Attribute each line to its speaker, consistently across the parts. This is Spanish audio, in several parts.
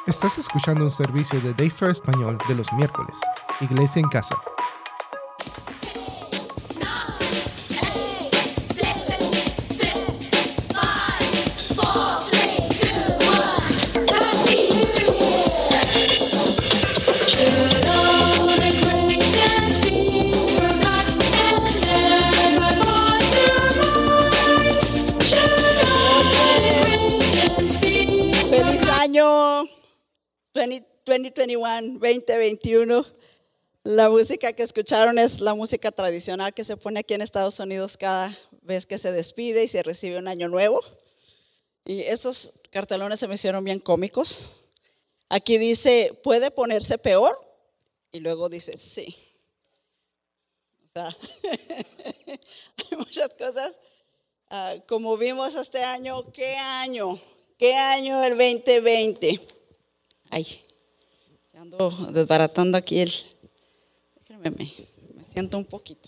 Speaker 1: Estás escuchando un servicio de Daystar Español de los miércoles. Iglesia en casa.
Speaker 2: ¡Feliz año! 2021. La música que escucharon es la música tradicional que se pone aquí en Estados Unidos cada vez que se despide y se recibe un año nuevo. Y estos cartelones se me hicieron bien cómicos. Aquí dice, ¿puede ponerse peor? Y luego dice, sí. O sea, hay muchas cosas. Como vimos este año, ¿qué año? ¿Qué año el 2020? Ay, ando desbaratando aquí déjenme, me siento un poquito.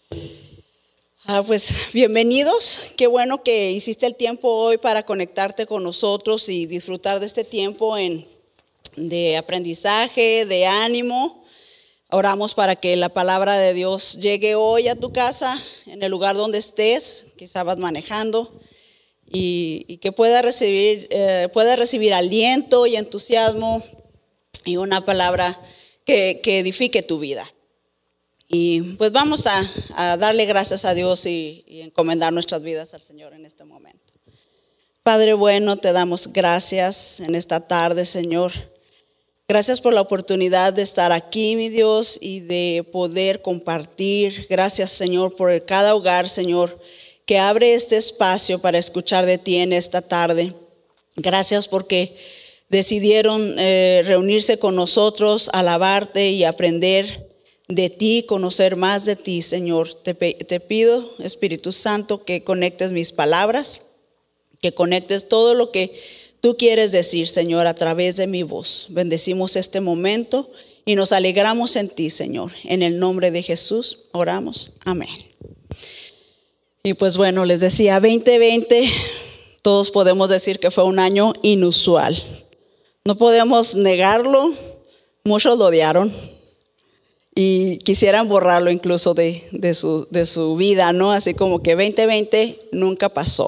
Speaker 2: Pues bienvenidos, qué bueno que hiciste el tiempo hoy para conectarte con nosotros y disfrutar de este tiempo de aprendizaje, de ánimo. Oramos para que la palabra de Dios llegue hoy a tu casa, en el lugar donde estés, quizá vas manejando, y que puedas recibir aliento y entusiasmo y una palabra que edifique tu vida. Y pues vamos a darle gracias a Dios y encomendar nuestras vidas al Señor en este momento. Padre bueno, te damos gracias en esta tarde, Señor. Gracias por la oportunidad de estar aquí, mi Dios, y de poder compartir. Gracias, Señor, por cada hogar, Señor, que abre este espacio para escuchar de ti en esta tarde. Gracias porque decidieron reunirse con nosotros, alabarte y aprender de ti, conocer más de ti, Señor. Te pido, Espíritu Santo, que conectes mis palabras, que conectes todo lo que tú quieres decir, Señor, a través de mi voz. Bendecimos este momento y nos alegramos en ti, Señor. En el nombre de Jesús oramos. Amén. Y pues bueno, les decía, 2020, todos podemos decir que fue un año inusual. No podemos negarlo, muchos lo odiaron y quisieran borrarlo incluso de su vida, ¿no? Así como que 2020 nunca pasó.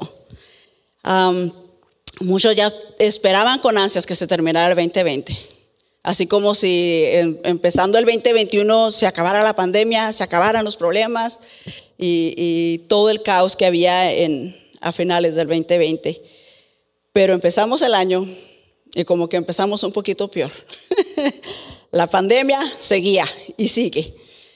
Speaker 2: Muchos ya esperaban con ansias que se terminara el 2020. Así como si empezando el 2021 se acabara la pandemia, se acabaran los problemas y todo el caos que había a finales del 2020. Pero empezamos el año y como que empezamos un poquito peor. La pandemia seguía y sigue.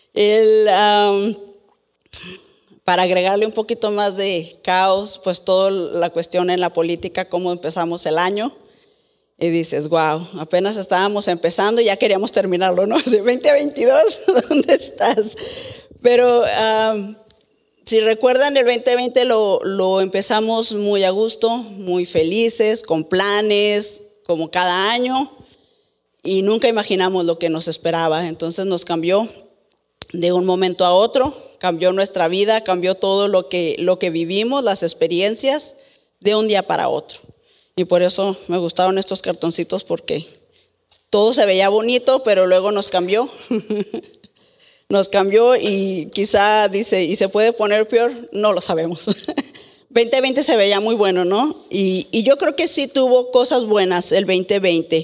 Speaker 2: Para agregarle un poquito más de caos, pues toda la cuestión en la política, cómo empezamos el año. Y dices, wow, apenas estábamos empezando y ya queríamos terminarlo, ¿no? 2022, ¿dónde estás? Pero si recuerdan, el 2020 lo empezamos muy a gusto, muy felices, con planes, como cada año. Y nunca imaginamos lo que nos esperaba. Entonces nos cambió de un momento a otro, cambió nuestra vida, cambió todo lo que vivimos, las experiencias, de un día para otro. Y por eso me gustaron estos cartoncitos, porque todo se veía bonito, pero luego nos cambió. Nos cambió y quizá dice, ¿y se puede poner peor? No lo sabemos. 2020 se veía muy bueno, ¿no? Y yo creo que sí tuvo cosas buenas el 2020.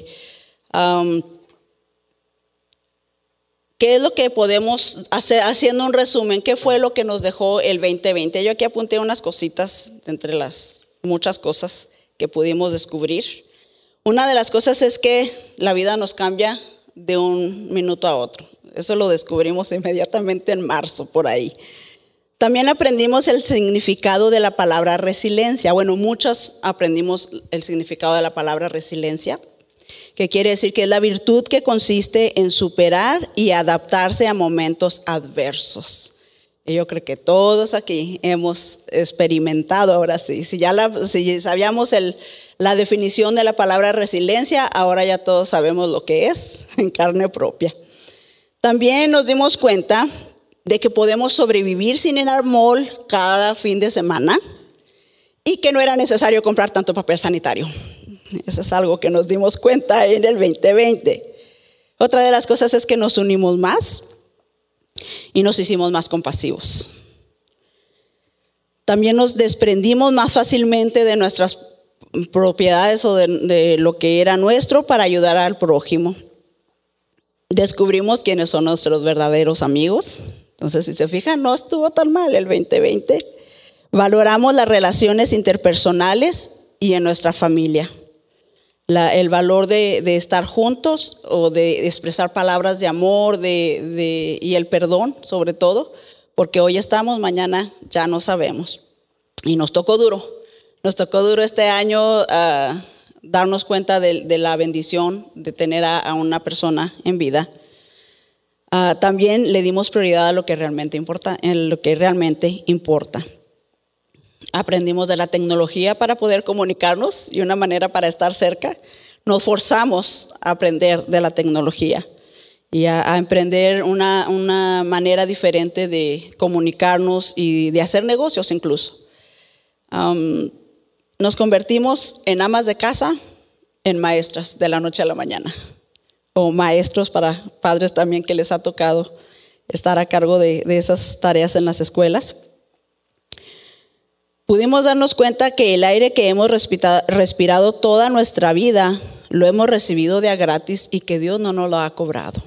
Speaker 2: ¿Qué es lo que podemos hacer? Haciendo un resumen, ¿qué fue lo que nos dejó el 2020? Yo aquí apunté unas cositas entre las muchas cosas que pudimos descubrir. Una de las cosas es que la vida nos cambia de un minuto a otro. Eso lo descubrimos inmediatamente en marzo, por ahí. También aprendimos el significado de la palabra resiliencia. Bueno, muchos aprendimos el significado de la palabra resiliencia, que quiere decir que es la virtud que consiste en superar y adaptarse a momentos adversos. Y yo creo que todos aquí hemos experimentado ahora sí. Si sabíamos la definición de la palabra resiliencia, ahora ya todos sabemos lo que es en carne propia. También nos dimos cuenta de que podemos sobrevivir sin ir al mall cada fin de semana y que no era necesario comprar tanto papel sanitario. Eso es algo que nos dimos cuenta en el 2020. Otra de las cosas es que nos unimos más y nos hicimos más compasivos. También nos desprendimos más fácilmente de nuestras propiedades o de lo que era nuestro para ayudar al prójimo. Descubrimos quiénes son nuestros verdaderos amigos. Entonces, si se fijan, no estuvo tan mal el 2020. Valoramos las relaciones interpersonales y en nuestra familia. El valor de estar juntos o de expresar palabras de amor y el perdón, sobre todo, porque hoy estamos, mañana ya no sabemos. Y nos tocó duro este año darnos cuenta de la bendición de tener a una persona en vida. También le dimos prioridad a lo que realmente importa. Aprendimos de la tecnología para poder comunicarnos y una manera para estar cerca. Nos forzamos a aprender de la tecnología y a emprender una manera diferente de comunicarnos y de hacer negocios incluso. Nos convertimos en amas de casa, en maestras de la noche a la mañana. O maestros para padres también que les ha tocado estar a cargo de esas tareas en las escuelas. Pudimos darnos cuenta que el aire que hemos respirado toda nuestra vida lo hemos recibido de a gratis y que Dios no nos lo ha cobrado.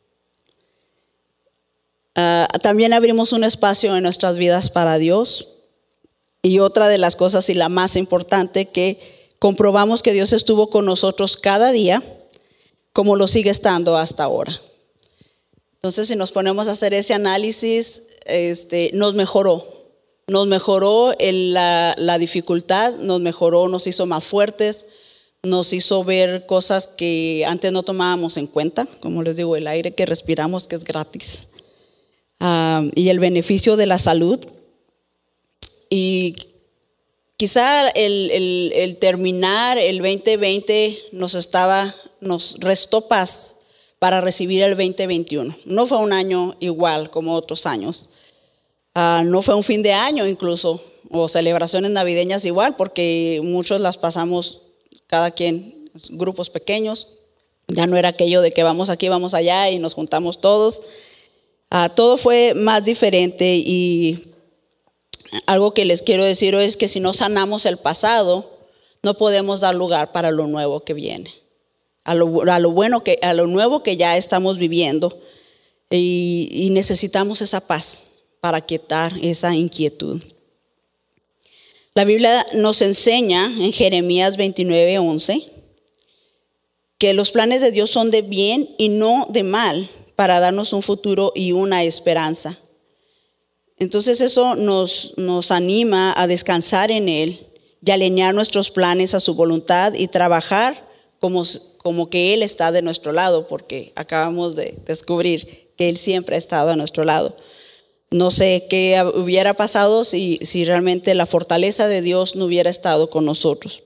Speaker 2: También abrimos un espacio en nuestras vidas para Dios. Y otra de las cosas y la más importante, que comprobamos que Dios estuvo con nosotros cada día como lo sigue estando hasta ahora. Entonces, si nos ponemos a hacer ese análisis, nos mejoró la dificultad, nos hizo más fuertes, nos hizo ver cosas que antes no tomábamos en cuenta, como les digo, el aire que respiramos, que es gratis, y el beneficio de la salud. Y quizá el terminar el 2020 nos restó paz para recibir el 2021. No fue un año igual como otros años. No fue un fin de año incluso, o celebraciones navideñas igual, porque muchos las pasamos cada quien, grupos pequeños. Ya no era aquello de que vamos aquí, vamos allá y nos juntamos todos. Todo fue más diferente, y algo que les quiero decir hoy es que si no sanamos el pasado, no podemos dar lugar para lo nuevo que viene, a lo nuevo que ya estamos viviendo, y necesitamos esa paz para quietar esa inquietud. La Biblia nos enseña en Jeremías 29:11 que los planes de Dios son de bien y no de mal, para darnos un futuro y una esperanza. Entonces eso nos anima a descansar en Él y alinear nuestros planes a su voluntad y trabajar como que Él está de nuestro lado, porque acabamos de descubrir que Él siempre ha estado a nuestro lado. No sé qué hubiera pasado si realmente la fortaleza de Dios no hubiera estado con nosotros.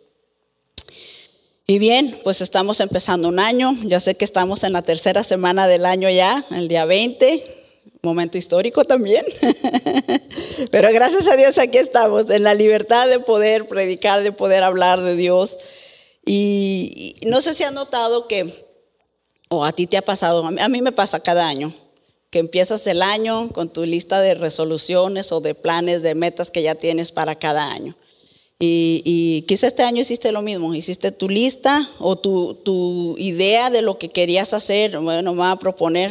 Speaker 2: Y bien, pues estamos empezando un año. Ya sé que estamos en la tercera semana del año ya, el día 20, momento histórico también. Pero gracias a Dios aquí estamos, en la libertad de poder predicar, de poder hablar de Dios. Y no sé si has notado o a ti te ha pasado, a mí me pasa cada año, que empiezas el año con tu lista de resoluciones o de planes, de metas que ya tienes para cada año. Y quizá este año hiciste lo mismo, hiciste tu lista o tu idea de lo que querías hacer. Bueno, me voy a proponer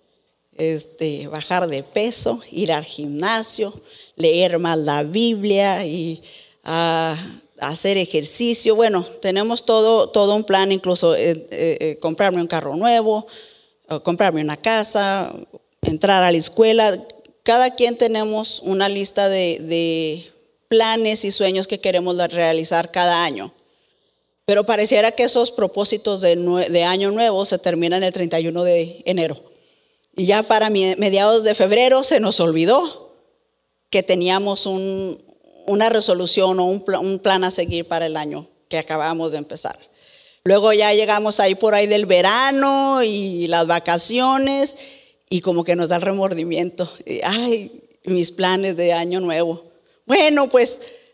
Speaker 2: bajar de peso, ir al gimnasio, leer más la Biblia y hacer ejercicio. Bueno, tenemos todo un plan, incluso comprarme un carro nuevo, comprarme una casa, entrar a la escuela. Cada quien tenemos una lista de planes y sueños que queremos realizar cada año. Pero pareciera que esos propósitos de año nuevo se terminan el 31 de enero. Y ya para mediados de febrero se nos olvidó que teníamos una resolución o un plan a seguir para el año que acabamos de empezar. Luego ya llegamos por ahí del verano y las vacaciones, y como que nos da el remordimiento. Ay, mis planes de año nuevo. Bueno, pues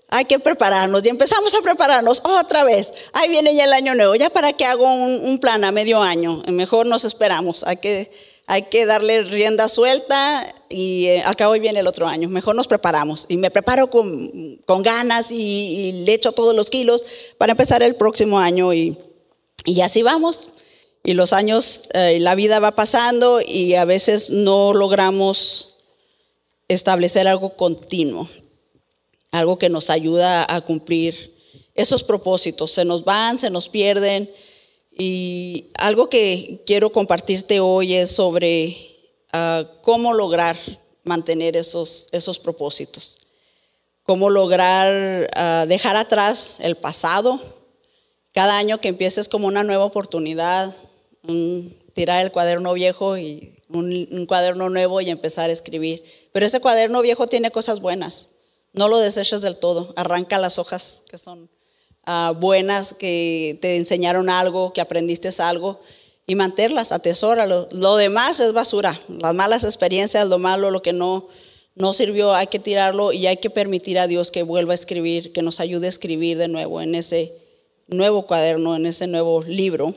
Speaker 2: hay que prepararnos. Y empezamos a prepararnos otra vez. Ahí viene ya el año nuevo. ¿Ya para qué hago un plan a medio año? Mejor nos esperamos. Hay que darle rienda suelta y al cabo viene el otro año. Mejor nos preparamos. Y me preparo con ganas y le echo todos los kilos para empezar el próximo año. Y así vamos. Y los años, la vida va pasando y a veces no logramos establecer algo continuo. Algo que nos ayuda a cumplir esos propósitos. Se nos van, se nos pierden. Y algo que quiero compartirte hoy es sobre cómo lograr mantener esos propósitos. Cómo lograr dejar atrás el pasado. Cada año que empieces como una nueva oportunidad, tirar el cuaderno viejo y un cuaderno nuevo y empezar a escribir. Pero ese cuaderno viejo tiene cosas buenas. No lo deseches del todo. Arranca las hojas que son buenas, que te enseñaron algo, que aprendiste algo, y manténlas, atesóralo. Lo demás es basura. Las malas experiencias, lo malo, lo que no sirvió, hay que tirarlo y hay que permitir a Dios que vuelva a escribir, que nos ayude a escribir de nuevo en ese nuevo cuaderno, en ese nuevo libro.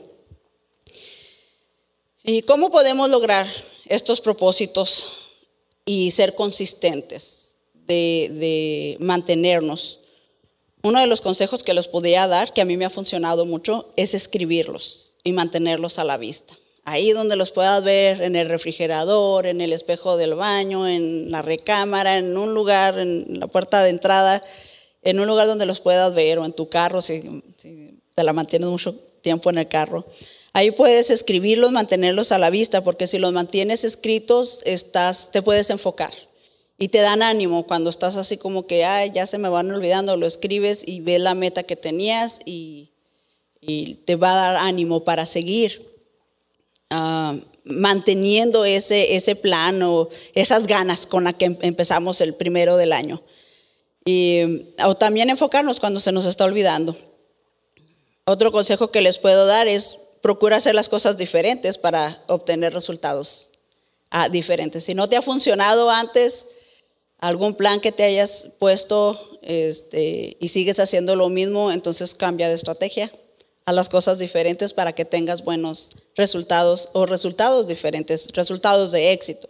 Speaker 2: ¿Y cómo podemos lograr estos propósitos y ser consistentes? De mantenernos. Uno de los consejos que les podría dar, que a mí me ha funcionado mucho, es escribirlos y mantenerlos a la vista. Ahí donde los puedas ver, en el refrigerador, en el espejo del baño, en la recámara, en un lugar, en la puerta de entrada, en un lugar donde los puedas ver, o en tu carro, si te la mantienes mucho tiempo en el carro. Ahí puedes escribirlos, mantenerlos a la vista, porque si los mantienes escritos, te puedes enfocar. Y te dan ánimo cuando estás así como que, ya se me van olvidando, lo escribes y ves la meta que tenías y te va a dar ánimo para seguir manteniendo ese plan o esas ganas con las que empezamos el primero del año. O también enfocarnos cuando se nos está olvidando. Otro consejo que les puedo dar es procura hacer las cosas diferentes para obtener resultados diferentes. Si no te ha funcionado antes algún plan que te hayas puesto y sigues haciendo lo mismo, entonces cambia de estrategia. Haz las cosas diferentes para que tengas buenos resultados o resultados diferentes, resultados de éxito.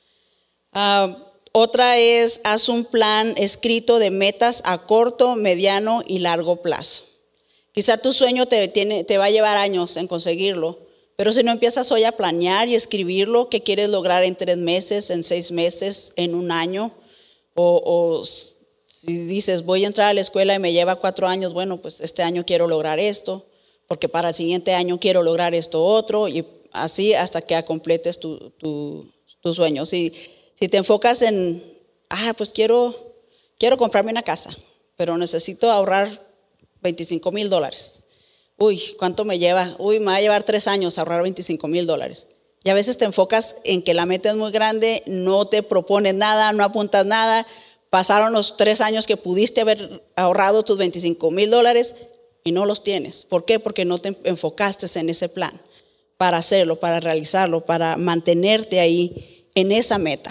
Speaker 2: Otra es, haz un plan escrito de metas a corto, mediano y largo plazo. Quizá tu sueño te va a llevar años en conseguirlo, pero si no empiezas hoy a planear y escribirlo, ¿qué quieres lograr en 3 meses, en 6 meses, en un año? O si dices, voy a entrar a la escuela y me lleva 4 años, bueno, pues este año quiero lograr esto, porque para el siguiente año quiero lograr esto otro, y así hasta que completes tu sueño. Si te enfocas en, pues quiero comprarme una casa, pero necesito ahorrar $25,000. ¿Cuánto me lleva? Me va a llevar 3 años ahorrar $25,000. Y a veces te enfocas en que la meta es muy grande, no te propones nada, no apuntas nada. Pasaron los 3 años que pudiste haber ahorrado tus $25,000 y no los tienes. ¿Por qué? Porque no te enfocaste en ese plan para hacerlo, para realizarlo, para mantenerte ahí en esa meta.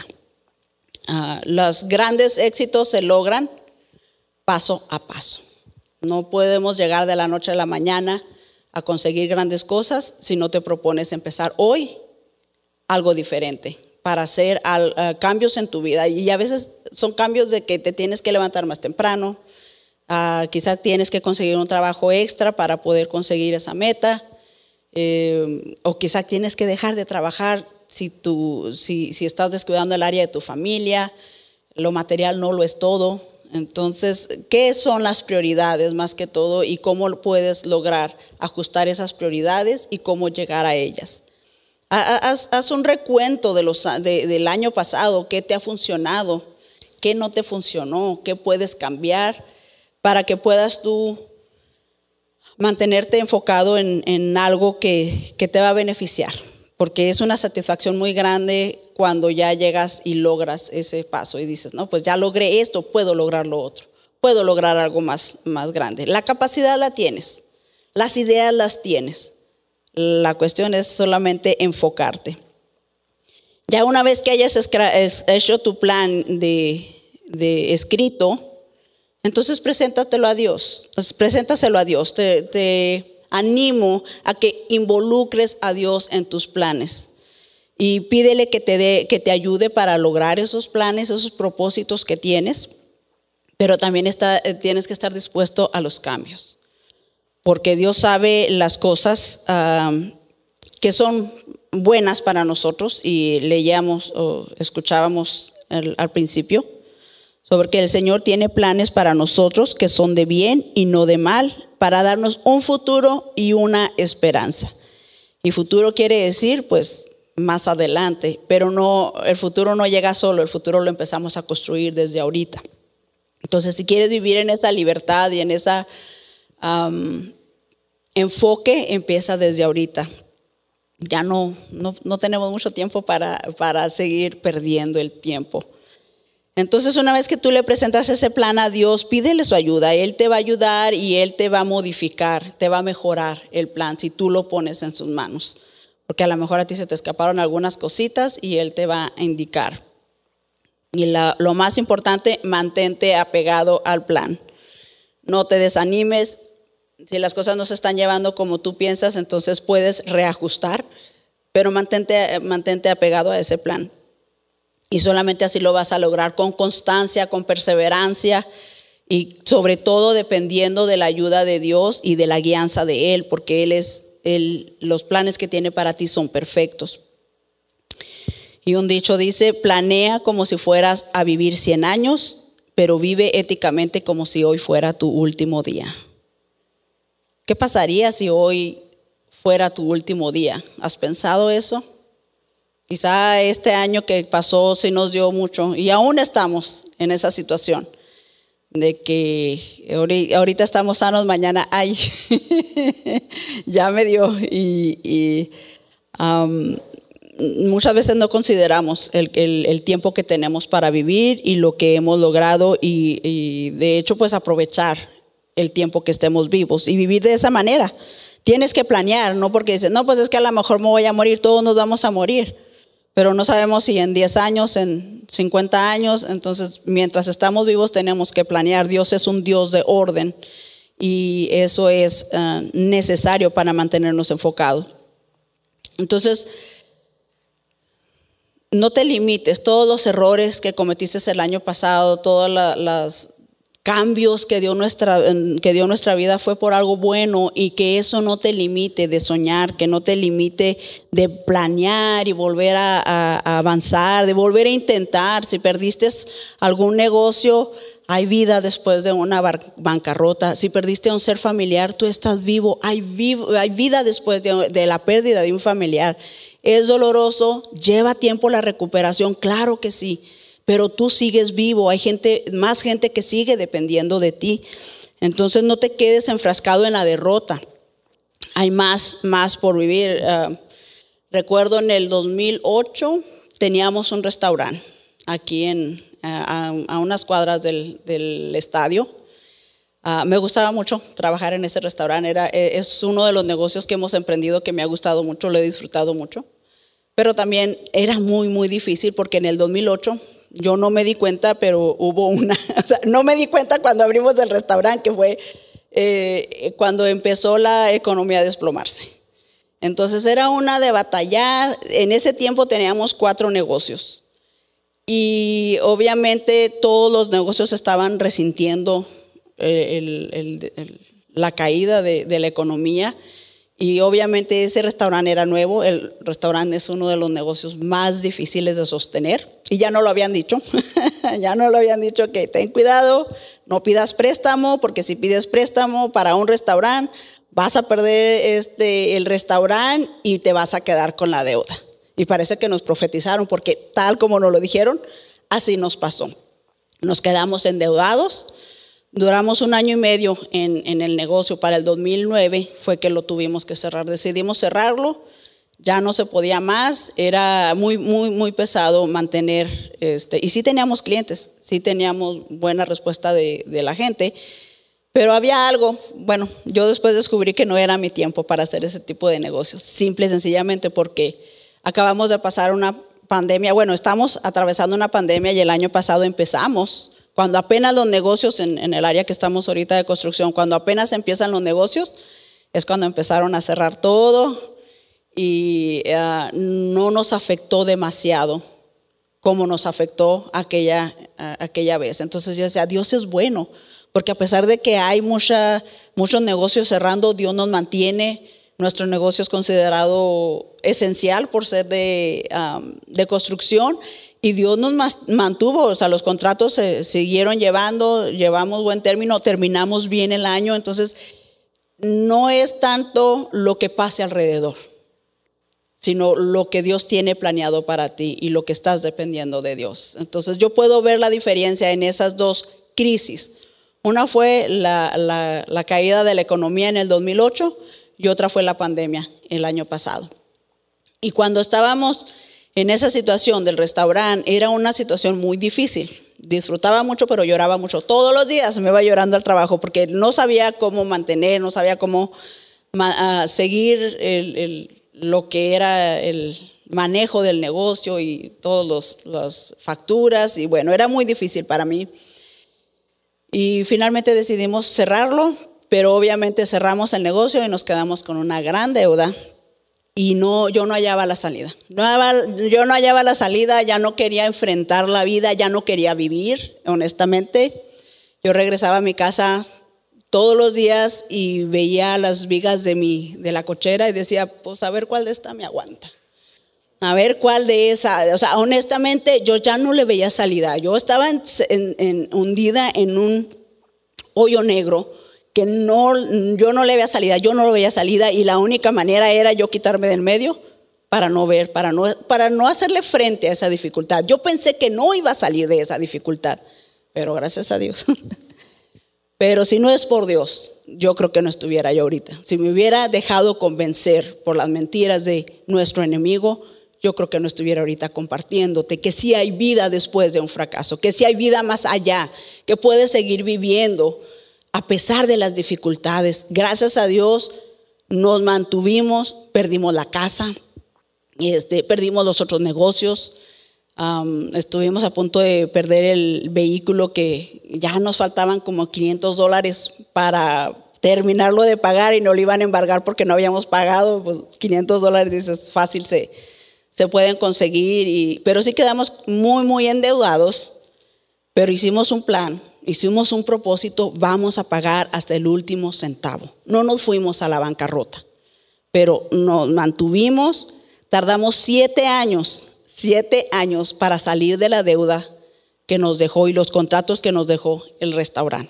Speaker 2: Los grandes éxitos se logran paso a paso. No podemos llegar de la noche a la mañana a conseguir grandes cosas si no te propones empezar hoy algo diferente para hacer cambios en tu vida. Y a veces son cambios de que te tienes que levantar más temprano, quizás tienes que conseguir un trabajo extra para poder conseguir esa meta, o quizás tienes que dejar de trabajar si estás descuidando el área de tu familia. Lo material no lo es todo. Entonces, ¿qué son las prioridades más que todo y cómo puedes lograr ajustar esas prioridades y cómo llegar a ellas? Haz un recuento del año pasado, qué te ha funcionado, qué no te funcionó, qué puedes cambiar para que puedas tú mantenerte enfocado en algo que te va a beneficiar. Porque es una satisfacción muy grande cuando ya llegas y logras ese paso y dices, no, pues ya logré esto, puedo lograr lo otro, puedo lograr algo más grande. La capacidad la tienes, las ideas las tienes. La cuestión es solamente enfocarte. Ya una vez que hayas hecho tu plan de escrito, Entonces preséntaselo a Dios. Te animo a que involucres a Dios en tus planes. Y pídele que te ayude para lograr esos planes, esos propósitos que tienes. Pero también tienes que estar dispuesto a los cambios. Porque Dios sabe las cosas que son buenas para nosotros. Y leíamos o escuchábamos al principio sobre que el Señor tiene planes para nosotros que son de bien y no de mal, para darnos un futuro y una esperanza. Y futuro quiere decir pues más adelante, pero no, el futuro no llega solo, el futuro lo empezamos a construir desde ahorita. Entonces, si quieres vivir en esa libertad y en ese enfoque, empieza desde ahorita. Ya no tenemos mucho tiempo para seguir perdiendo el tiempo. Entonces, una vez que tú le presentas ese plan a Dios, pídele su ayuda. Él te va a ayudar y Él te va a modificar, te va a mejorar el plan si tú lo pones en sus manos. Porque a lo mejor a ti se te escaparon algunas cositas y Él te va a indicar. Y lo más importante, mantente apegado al plan. No te desanimes. Si las cosas no se están llevando como tú piensas, entonces puedes reajustar. Pero mantente apegado a ese plan. Y solamente así lo vas a lograr con constancia, con perseverancia y sobre todo dependiendo de la ayuda de Dios y de la guianza de Él, porque los planes que tiene para ti son perfectos. Y un dicho dice: planea como si fueras a vivir 100 años, pero vive éticamente como si hoy fuera tu último día. ¿Qué pasaría si hoy fuera tu último día? ¿Has pensado eso? Quizá este año que pasó sí nos dio mucho y aún estamos en esa situación de que ahorita estamos sanos, mañana ay, ya me dio y muchas veces no consideramos el tiempo que tenemos para vivir y lo que hemos logrado y de hecho pues aprovechar el tiempo que estemos vivos y vivir de esa manera. Tienes que planear, no porque dices, no, pues es que a lo mejor me voy a morir, todos nos vamos a morir. Pero no sabemos si en 10 años, en 50 años, entonces mientras estamos vivos tenemos que planear. Dios es un Dios de orden y eso es necesario para mantenernos enfocados. Entonces, no te limites, todos los errores que cometiste el año pasado, todos los cambios que dio nuestra vida fue por algo bueno y que eso no te limite de soñar, que no te limite de planear y volver a avanzar, de volver a intentar. Si perdiste algún negocio, hay vida después de una bancarrota. Si perdiste a un ser familiar, tú estás vivo. Hay vida después de la pérdida de un familiar. Es doloroso, lleva tiempo la recuperación, claro que sí. Pero tú sigues vivo, hay más gente que sigue dependiendo de ti. Entonces no te quedes enfrascado en la derrota. Hay más por vivir. Recuerdo en el 2008 teníamos un restaurante aquí a unas cuadras del estadio. Me gustaba mucho trabajar en ese restaurante. Es uno de los negocios que hemos emprendido que me ha gustado mucho, lo he disfrutado mucho. Pero también era muy, muy difícil porque en el 2008 yo no me di cuenta, pero no me di cuenta cuando abrimos el restaurante, que fue cuando empezó la economía a desplomarse. Entonces era una de batallar. En ese tiempo teníamos 4 negocios y obviamente todos los negocios estaban resintiendo la caída de la economía. Y obviamente ese restaurante era nuevo. El restaurante es uno de los negocios más difíciles de sostener. Y ya no lo habían dicho. Ya no lo habían dicho que ten cuidado, no pidas préstamo, porque si pides préstamo para un restaurante, vas a perder el restaurante y te vas a quedar con la deuda. Y parece que nos profetizaron, porque tal como nos lo dijeron, así nos pasó. Nos quedamos endeudados. Duramos 1 año y medio en el negocio. Para el 2009 fue que lo tuvimos que cerrar. Decidimos cerrarlo, ya no se podía más, era muy, muy, muy pesado mantener, y sí teníamos clientes, sí teníamos buena respuesta de la gente, pero había algo. Bueno, yo después descubrí que no era mi tiempo para hacer ese tipo de negocios, simple y sencillamente porque acabamos de pasar una pandemia. Bueno, estamos atravesando una pandemia y el año pasado empezamos Cuando apenas los negocios, en el área que estamos ahorita de construcción, cuando apenas empiezan los negocios, es cuando empezaron a cerrar todo y no nos afectó demasiado como nos afectó aquella vez. Entonces yo decía, Dios es bueno, porque a pesar de que hay muchos negocios cerrando, Dios nos mantiene. Nuestro negocio es considerado esencial por ser de construcción, y Dios nos mantuvo. O sea, los contratos se siguieron llevamos buen término, terminamos bien el año. Entonces no es tanto lo que pase alrededor, sino lo que Dios tiene planeado para ti y lo que estás dependiendo de Dios. Entonces yo puedo ver la diferencia en esas dos crisis. Una fue la caída de la economía en el 2008 y otra fue la pandemia el año pasado. Y cuando estábamos en esa situación del restaurante, era una situación muy difícil. Disfrutaba mucho, pero lloraba mucho. Todos los días me iba llorando al trabajo porque no sabía cómo mantener, no sabía cómo seguir lo que era el manejo del negocio y todas las facturas. Y bueno, era muy difícil para mí. Y finalmente decidimos cerrarlo, pero obviamente cerramos el negocio y nos quedamos con una gran deuda. Y yo no hallaba la salida. Yo no hallaba la salida, ya no quería enfrentar la vida, ya no quería vivir, honestamente. Yo regresaba a mi casa todos los días y veía las vigas de la cochera y decía, pues a ver cuál de esta me aguanta. A ver cuál de esa. O sea, honestamente, yo ya no le veía salida. Yo estaba hundida en un hoyo negro que yo no le veía salida, yo no lo veía salida, y la única manera era yo quitarme del medio para no ver, para no hacerle frente a esa dificultad. Yo pensé que no iba a salir de esa dificultad, pero gracias a Dios. Pero si no es por Dios, yo creo que no estuviera yo ahorita. Si me hubiera dejado convencer por las mentiras de nuestro enemigo, yo creo que no estuviera ahorita compartiéndote que sí hay vida después de un fracaso, que sí hay vida más allá, que puedes seguir viviendo a pesar de las dificultades. Gracias a Dios nos mantuvimos, perdimos la casa, perdimos los otros negocios, estuvimos a punto de perder el vehículo, que ya nos faltaban como $500 para terminarlo de pagar y no lo iban a embargar porque no habíamos pagado. Pues $500, dices, fácil se pueden conseguir, pero sí quedamos muy, muy endeudados. Pero hicimos un plan, hicimos un propósito: vamos a pagar hasta el último centavo. No nos fuimos a la bancarrota, pero nos mantuvimos. Tardamos 7 años para salir de la deuda que nos dejó y los contratos que nos dejó el restaurante.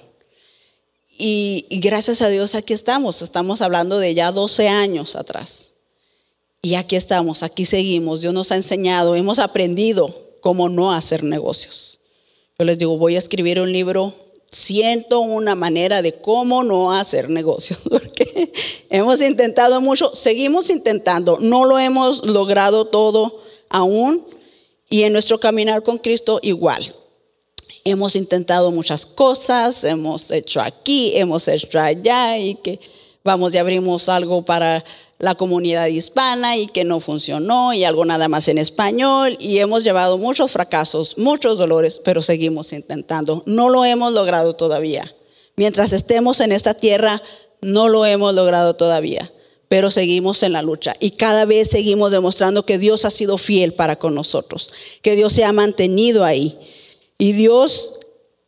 Speaker 2: Y gracias a Dios aquí estamos hablando de ya 12 años atrás. Y aquí estamos, aquí seguimos. Dios nos ha enseñado, hemos aprendido cómo no hacer negocios. Yo les digo, voy a escribir un libro, 101 manera de cómo no hacer negocios, porque hemos intentado mucho, seguimos intentando, no lo hemos logrado todo aún, y en nuestro caminar con Cristo igual. Hemos intentado muchas cosas, hemos hecho aquí, hemos hecho allá, y que vamos y abrimos algo para la comunidad hispana y que no funcionó, y algo nada más en español, y hemos llevado muchos fracasos, muchos dolores, pero seguimos intentando. No lo hemos logrado todavía. Mientras estemos en esta tierra, no lo hemos logrado todavía, pero seguimos en la lucha, y cada vez seguimos demostrando que Dios ha sido fiel para con nosotros, que Dios se ha mantenido ahí, y Dios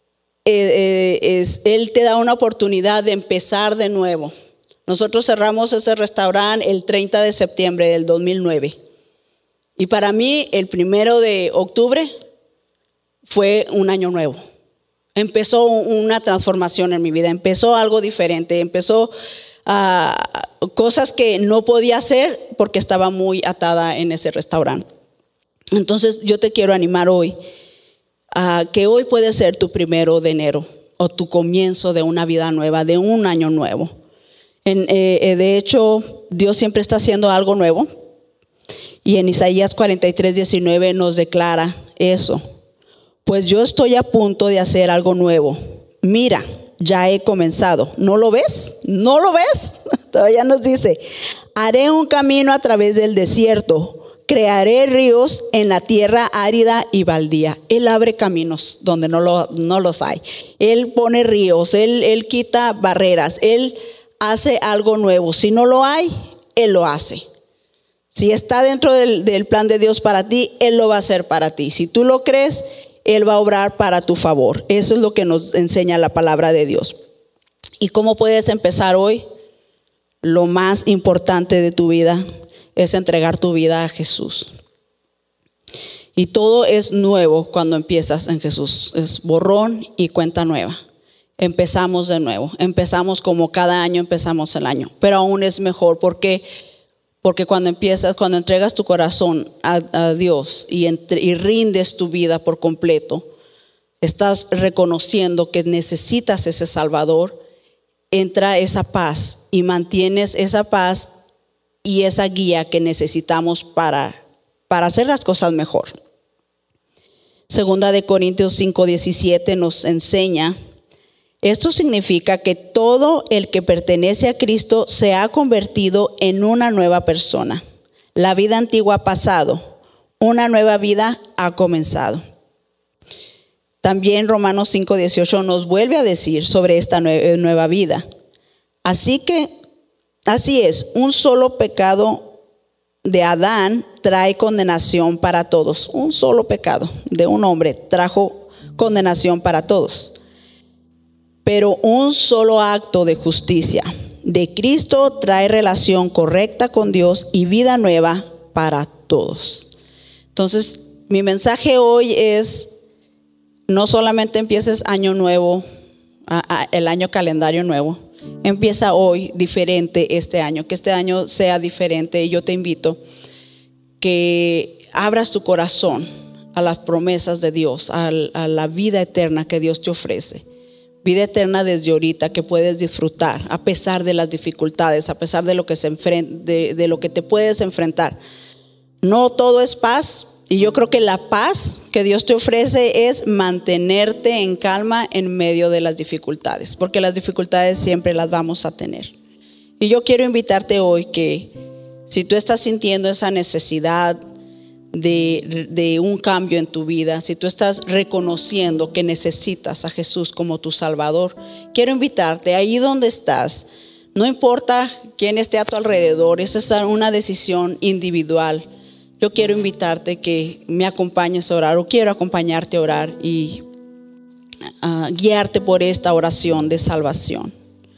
Speaker 2: Él te da una oportunidad de empezar de nuevo. Nosotros cerramos ese restaurante el 30 de septiembre del 2009. Y para mí el 1 de octubre fue un año nuevo. Empezó una transformación en mi vida, empezó algo diferente, empezó cosas que no podía hacer porque estaba muy atada en ese restaurante. Entonces yo te quiero animar hoy a que hoy puede ser tu 1 de enero o tu comienzo de una vida nueva, de un año nuevo. De hecho, Dios siempre está haciendo algo nuevo, y en Isaías 43:19 nos declara eso: pues yo estoy a punto de hacer algo nuevo, mira, ya he comenzado. ¿No lo ves? ¿No lo ves? Todavía nos dice: haré un camino a través del desierto, crearé ríos en la tierra árida y baldía. Él abre caminos donde no los hay. Él pone ríos, Él quita barreras, Él hace algo nuevo. Si no lo hay, Él lo hace. Si está dentro del plan de Dios para ti, Él lo va a hacer para ti. Si tú lo crees, Él va a obrar para tu favor. Eso es lo que nos enseña la palabra de Dios. ¿Y cómo puedes empezar hoy? Lo más importante de tu vida es entregar tu vida a Jesús. Y todo es nuevo cuando empiezas en Jesús. Es borrón y cuenta nueva. Empezamos de nuevo. Empezamos como cada año empezamos el año. Pero aún es mejor porque cuando entregas tu corazón a Dios y rindes tu vida por completo, estás reconociendo que necesitas ese Salvador. Entra esa paz y mantienes esa paz y esa guía que necesitamos para hacer las cosas mejor. Segunda de Corintios 5:17 nos enseña: esto significa que todo el que pertenece a Cristo se ha convertido en una nueva persona. La vida antigua ha pasado, una nueva vida ha comenzado. También Romanos 5:18 nos vuelve a decir sobre esta nueva vida. Así es, un solo pecado de Adán trae condenación para todos. Un solo pecado de un hombre trajo condenación para todos. Pero un solo acto de justicia de Cristo trae relación correcta con Dios y vida nueva para todos. Entonces, mi mensaje hoy es: no solamente empieces año nuevo, el año calendario nuevo. Empieza hoy diferente este año, que este año sea diferente. Y yo te invito que abras tu corazón a las promesas de Dios, a la vida eterna que Dios te ofrece. Vida eterna desde ahorita que puedes disfrutar a pesar de las dificultades, a pesar de lo que de lo que te puedes enfrentar. No todo es paz. Y yo creo que la paz que Dios te ofrece es mantenerte en calma en medio de las dificultades, porque las dificultades siempre las vamos a tener. Y yo quiero invitarte hoy que si tú estás sintiendo esa necesidad de un cambio en tu vida, si tú estás reconociendo que necesitas a Jesús como tu Salvador, quiero invitarte ahí donde estás. No importa quién esté a tu alrededor, esa es una decisión individual. Yo quiero invitarte que me acompañes a orar, o quiero acompañarte a orar y guiarte por esta oración de salvación.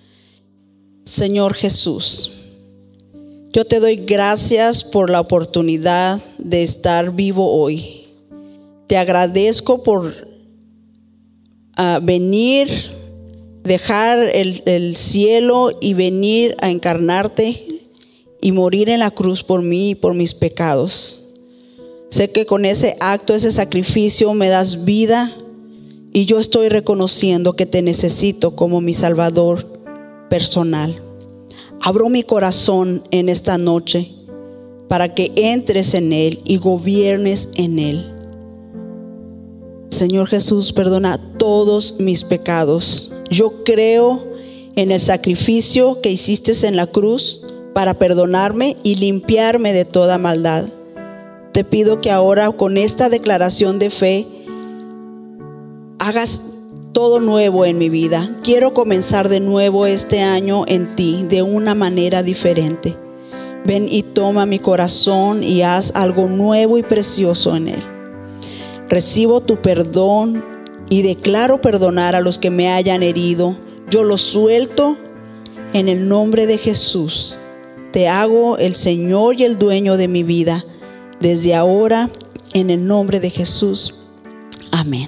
Speaker 2: Señor Jesús, yo te doy gracias por la oportunidad de estar vivo hoy. Te agradezco por venir, dejar el cielo y venir a encarnarte y morir en la cruz por mí y por mis pecados. Sé que con ese acto, ese sacrificio me das vida, y yo estoy reconociendo que te necesito como mi Salvador personal. Abro mi corazón en esta noche para que entres en él y gobiernes en él. Señor Jesús, perdona todos mis pecados. Yo creo en el sacrificio que hiciste en la cruz para perdonarme y limpiarme de toda maldad. Te pido que ahora, con esta declaración de fe, hagas todo nuevo en mi vida. Quiero comenzar de nuevo este año en ti de una manera diferente. Ven y toma mi corazón y haz algo nuevo y precioso en él. Recibo tu perdón y declaro perdonar a los que me hayan herido. Yo lo suelto en el nombre de Jesús. Te hago el Señor y el dueño de mi vida desde ahora, en el nombre de Jesús. Amén.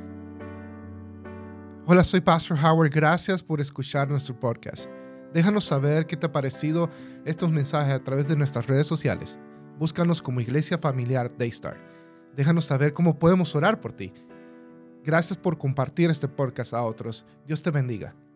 Speaker 1: Hola, soy Pastor Howard. Gracias por escuchar nuestro podcast. Déjanos saber qué te ha parecido estos mensajes a través de nuestras redes sociales. Búscanos como Iglesia Familiar Daystar. Déjanos saber cómo podemos orar por ti. Gracias por compartir este podcast a otros. Dios te bendiga.